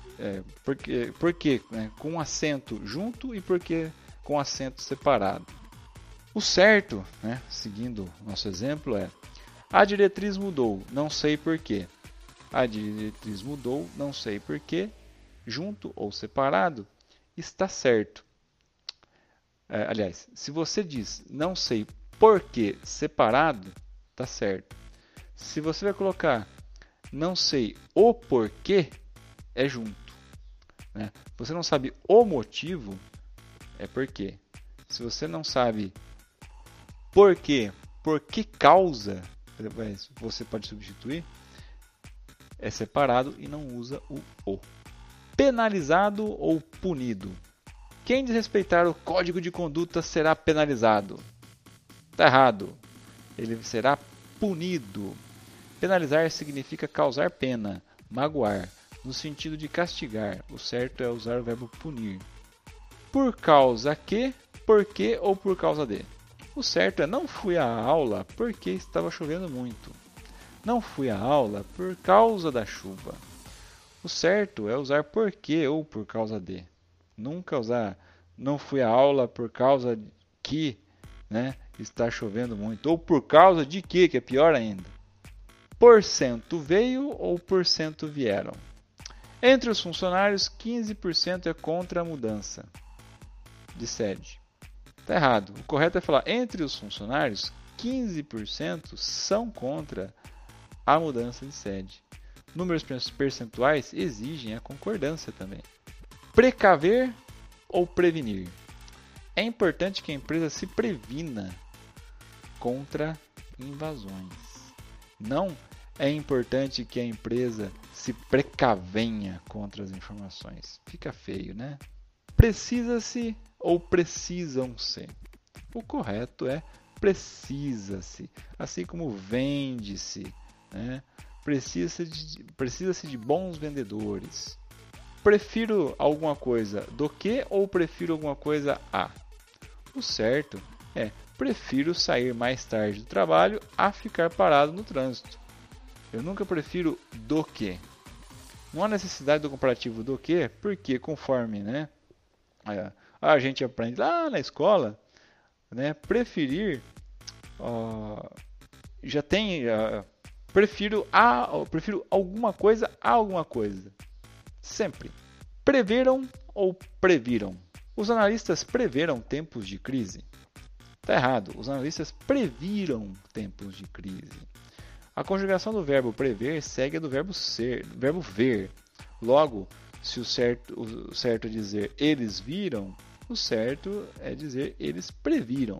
por que né? Com acento junto e por que com acento separado? O certo, né? Seguindo nosso exemplo, é a diretriz mudou, não sei por quê. A diretriz mudou, não sei por quê. Junto ou separado, está certo. Aliás, se você diz não sei por que separado, está certo. Se você vai colocar não sei o porquê, é junto. Né? Você não sabe o motivo, é porquê. Se você não sabe por que causa, você pode substituir, é separado e não usa o. Penalizado ou punido? Quem desrespeitar o código de conduta será penalizado. Está errado. Ele será punido. Penalizar significa causar pena, magoar, no sentido de castigar. O certo é usar o verbo punir. Por causa que, por que ou por causa de? O certo é não fui à aula porque estava chovendo muito. Não fui à aula por causa da chuva. O certo é usar por que ou por causa de. Nunca usar não fui à aula por causa que, né, está chovendo muito. Ou por causa de que é pior ainda. Porcento veio ou porcento vieram. Entre os funcionários, 15% é contra a mudança de sede. Está errado. O correto é falar entre os funcionários, 15% são contra a mudança de sede. Números percentuais exigem a concordância também. Precaver ou prevenir? É importante que a empresa se previna contra invasões. Não é importante que a empresa se precavenha contra as informações. Fica feio, né? Precisa-se ou precisam-se? O correto é precisa-se, assim como vende-se, né? Precisa-se de bons vendedores. Prefiro alguma coisa do que ou prefiro alguma coisa a? O certo é prefiro sair mais tarde do trabalho a ficar parado no trânsito. Eu nunca prefiro do que. Não há necessidade do comparativo do que, porque conforme, né, a gente aprende lá na escola, né, preferir já tem prefiro alguma coisa a alguma coisa. Sempre. Preveram ou previram? Os analistas preveram tempos de crise? Está errado. Os analistas previram tempos de crise. A conjugação do verbo prever segue a do verbo ver. Logo, se o certo é dizer eles viram, o certo é dizer eles previram.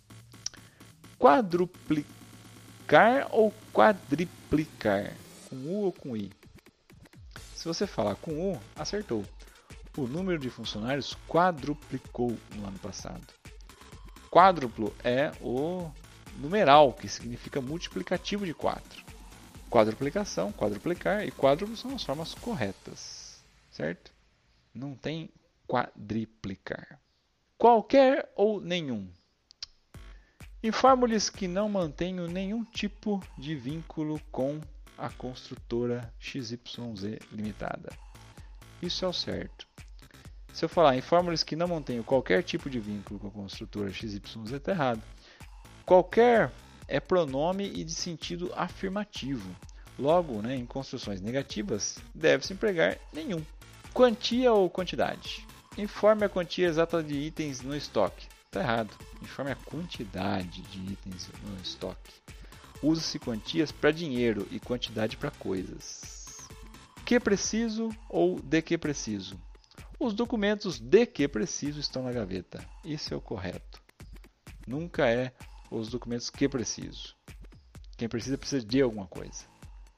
Quadruplicar ou quadriplicar? Com U ou com I? Se você falar com U, acertou. O número de funcionários quadruplicou no ano passado. Quádruplo é o numeral, que significa multiplicativo de 4. Quadruplicação, quadruplicar e quádruplo são as formas corretas, certo? Não tem quadriplicar. Qualquer ou nenhum. Informo-lhes que não mantenho nenhum tipo de vínculo com a construtora XYZ Limitada. Isso é o certo. Se eu falar, informo-lhes que não mantenho qualquer tipo de vínculo com a construtora XYZ, está errado. Qualquer é pronome e de sentido afirmativo. Logo, né, em construções negativas, deve-se empregar nenhum. Quantia ou quantidade? Informe a quantia exata de itens no estoque. Está errado. Informe a quantidade de itens no estoque. Usa-se quantias para dinheiro e quantidade para coisas. Que preciso ou de que preciso? Os documentos de que preciso estão na gaveta. Isso é o correto. Nunca é os documentos que preciso. Quem precisa de alguma coisa.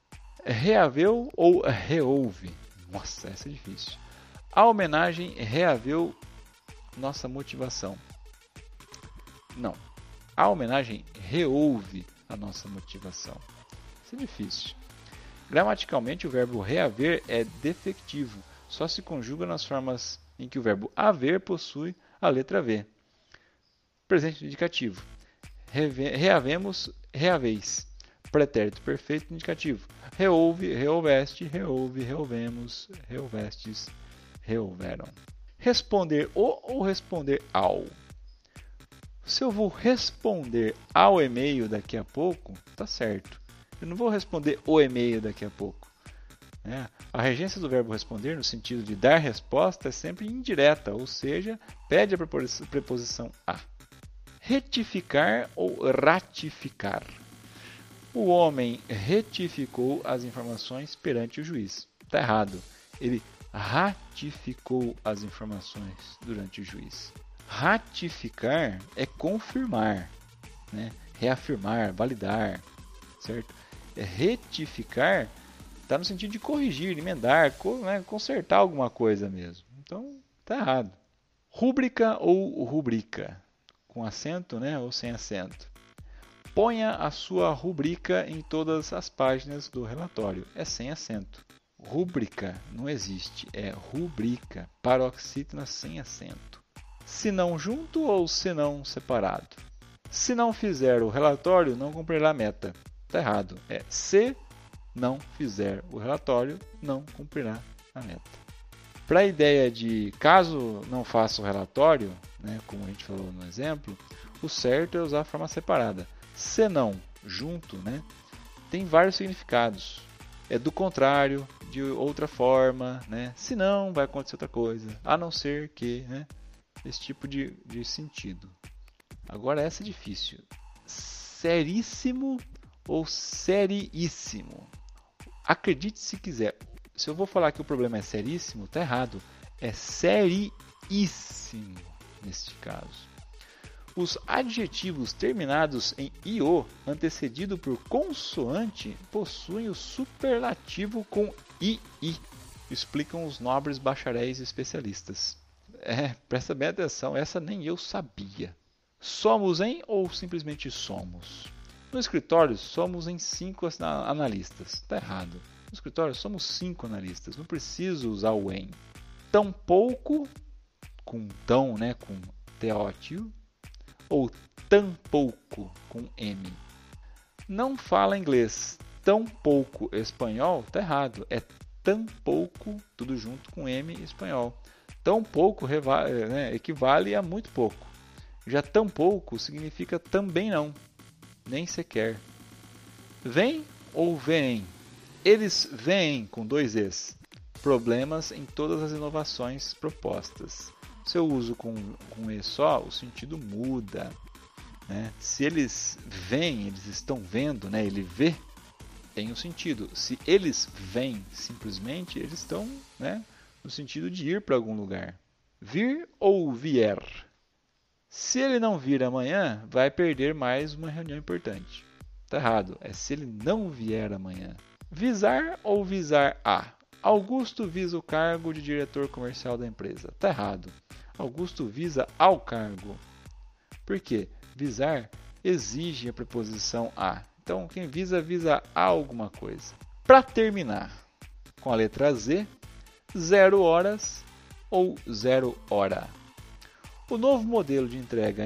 Reaveu ou reouve? Nossa, essa é difícil. A homenagem reaveu nossa motivação. Não. A homenagem reouve a nossa motivação. Isso é difícil. Gramaticalmente, o verbo reaver é defectivo. Só se conjuga nas formas em que o verbo haver possui a letra V. Presente indicativo. Reavemos, reaveis. Pretérito perfeito indicativo. Reouve, reouveste, reouve, reouvemos, reouvestes, reouveram. Responder o ou responder ao? Se eu vou responder ao e-mail daqui a pouco, tá certo. Eu não vou responder o e-mail daqui a pouco. A regência do verbo responder, no sentido de dar resposta, é sempre indireta, ou seja, pede a preposição a. Retificar ou ratificar? O homem retificou as informações perante o juiz. Está errado. Ele ratificou as informações durante o juiz. Ratificar é confirmar, né? Reafirmar, validar, certo? Retificar está no sentido de corrigir, emendar, consertar alguma coisa mesmo. Então, está errado. Rúbrica ou rubrica? Com acento, né? Ou sem acento? Ponha a sua rubrica em todas as páginas do relatório. É sem acento. Rúbrica não existe, é rubrica, paroxítona sem acento. Se não junto ou se não separado? Se não fizer o relatório, não cumprirá a meta. Está errado. É se não fizer o relatório, não cumprirá a meta. Para a ideia de caso não faça o relatório, né, como a gente falou no exemplo, o certo é usar a forma separada. Se não, junto, né, tem vários significados. É do contrário, de outra forma, né? Se não, vai acontecer outra coisa. A não ser que, né? Esse tipo de sentido. Agora essa é difícil. Seríssimo ou seríssimo? Acredite se quiser. Se eu vou falar que o problema é seríssimo, está errado. É seríssimo neste caso. Os adjetivos terminados em io, antecedido por consoante, possuem o superlativo com ii, explicam os nobres bacharéis especialistas. Presta bem atenção, essa nem eu sabia. Somos em ou simplesmente somos? No escritório, somos em 5 analistas. Está errado. No escritório, somos 5 analistas. Não preciso usar o em. Tampouco, com tão, né, com TO, ou tampouco, com M. Não fala inglês, tão pouco espanhol, está errado. É tampouco, tudo junto com M espanhol. Tão pouco equivale a muito pouco. Já tão pouco significa também não, nem sequer. Vem ou vêm? Eles veem com 2 Es. Problemas em todas as inovações propostas. Se eu uso com E só, o sentido muda. Né? Se eles veem, eles estão vendo, né? Ele vê, tem um sentido. Se eles vêm simplesmente, eles estão, né, no sentido de ir para algum lugar. Vir ou vier? Se ele não vir amanhã, vai perder mais uma reunião importante. Está errado. É se ele não vier amanhã. Visar ou visar a? Augusto visa o cargo de diretor comercial da empresa. Está errado. Augusto visa ao cargo. Por quê? Visar exige a preposição a. Então, quem visa, visa a alguma coisa. Para terminar, com a letra Z, 0 horas ou 0 hora. O novo modelo de entrega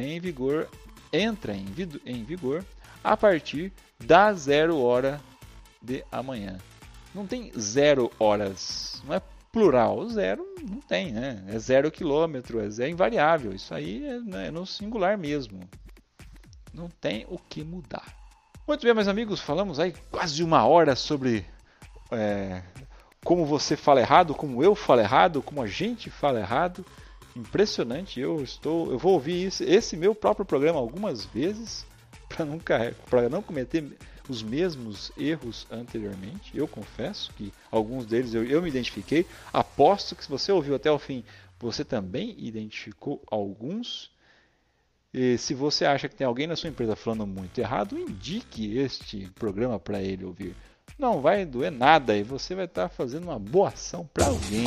entra em vigor a partir da 0 hora de amanhã. Não tem 0 horas, não é plural. 0 não tem, né? É 0 quilômetro, é invariável. Isso aí é no singular mesmo. Não tem o que mudar. Muito bem, meus amigos, falamos aí quase 1 hora sobre como você fala errado, como eu falo errado, como a gente fala errado. impressionante. Eu vou ouvir esse meu próprio programa algumas vezes para não cometer os mesmos erros anteriormente. Eu confesso que alguns deles eu me identifiquei. Aposto que se você ouviu até o fim, você também identificou alguns. E se você acha que tem alguém na sua empresa falando muito errado, indique este programa para ele ouvir. Não vai doer nada e você vai estar fazendo uma boa ação para alguém.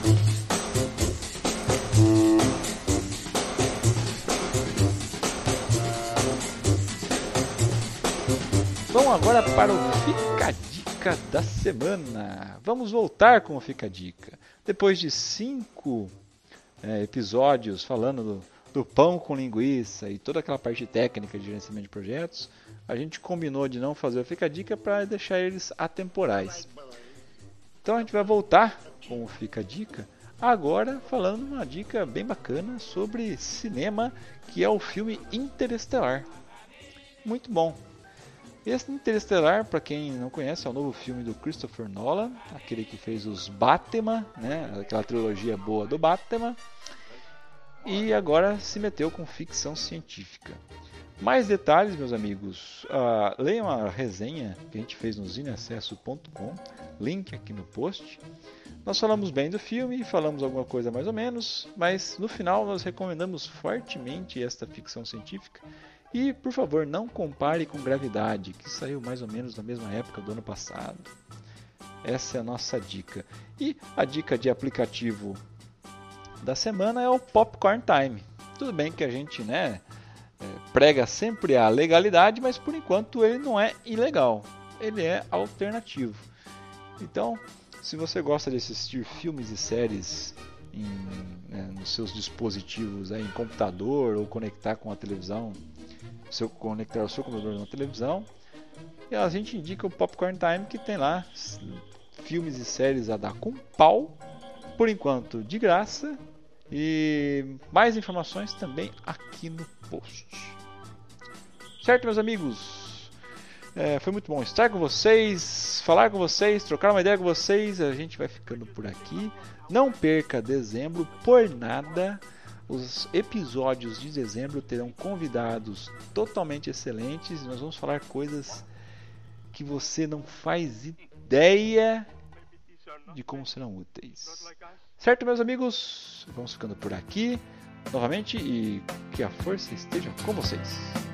Vamos agora para o Fica a Dica da semana. Vamos voltar com o Fica a Dica. Depois de 5 episódios falando do pão com linguiça e toda aquela parte técnica de gerenciamento de projetos, a gente combinou de não fazer o Fica a Dica para deixar eles atemporais. Então a gente vai voltar com o Fica a Dica, agora falando uma dica bem bacana sobre cinema, que é o filme Interestelar. Muito bom. Esse Interestelar, para quem não conhece, é o novo filme do Christopher Nolan, aquele que fez os Batman, né? Aquela trilogia boa do Batman, e agora se meteu com ficção científica. Mais detalhes, meus amigos, leiam a resenha que a gente fez no zineacesso.com, link aqui no post. Nós falamos bem do filme, falamos alguma coisa mais ou menos, mas no final nós recomendamos fortemente esta ficção científica. E, por favor, não compare com Gravidade, que saiu mais ou menos na mesma época do ano passado. Essa é a nossa dica. E a dica de aplicativo da semana é o Popcorn Time. Tudo bem que a gente prega sempre a legalidade, mas por enquanto ele não é ilegal. Ele é alternativo. Então, se você gosta de assistir filmes e séries nos seus dispositivos, em computador ou conectar com a televisão, conectar o seu computador na televisão, e a gente indica o Popcorn Time, que tem lá filmes e séries a dar com pau, por enquanto de graça, e mais informações também aqui no post. Certo, meus amigos? Foi muito bom estar com vocês, falar com vocês, trocar uma ideia com vocês. A gente vai ficando por aqui. Não perca dezembro por nada. Os episódios de dezembro terão convidados totalmente excelentes. Nós vamos falar coisas que você não faz ideia de como serão úteis. Certo, meus amigos? Vamos ficando por aqui novamente e que a força esteja com vocês.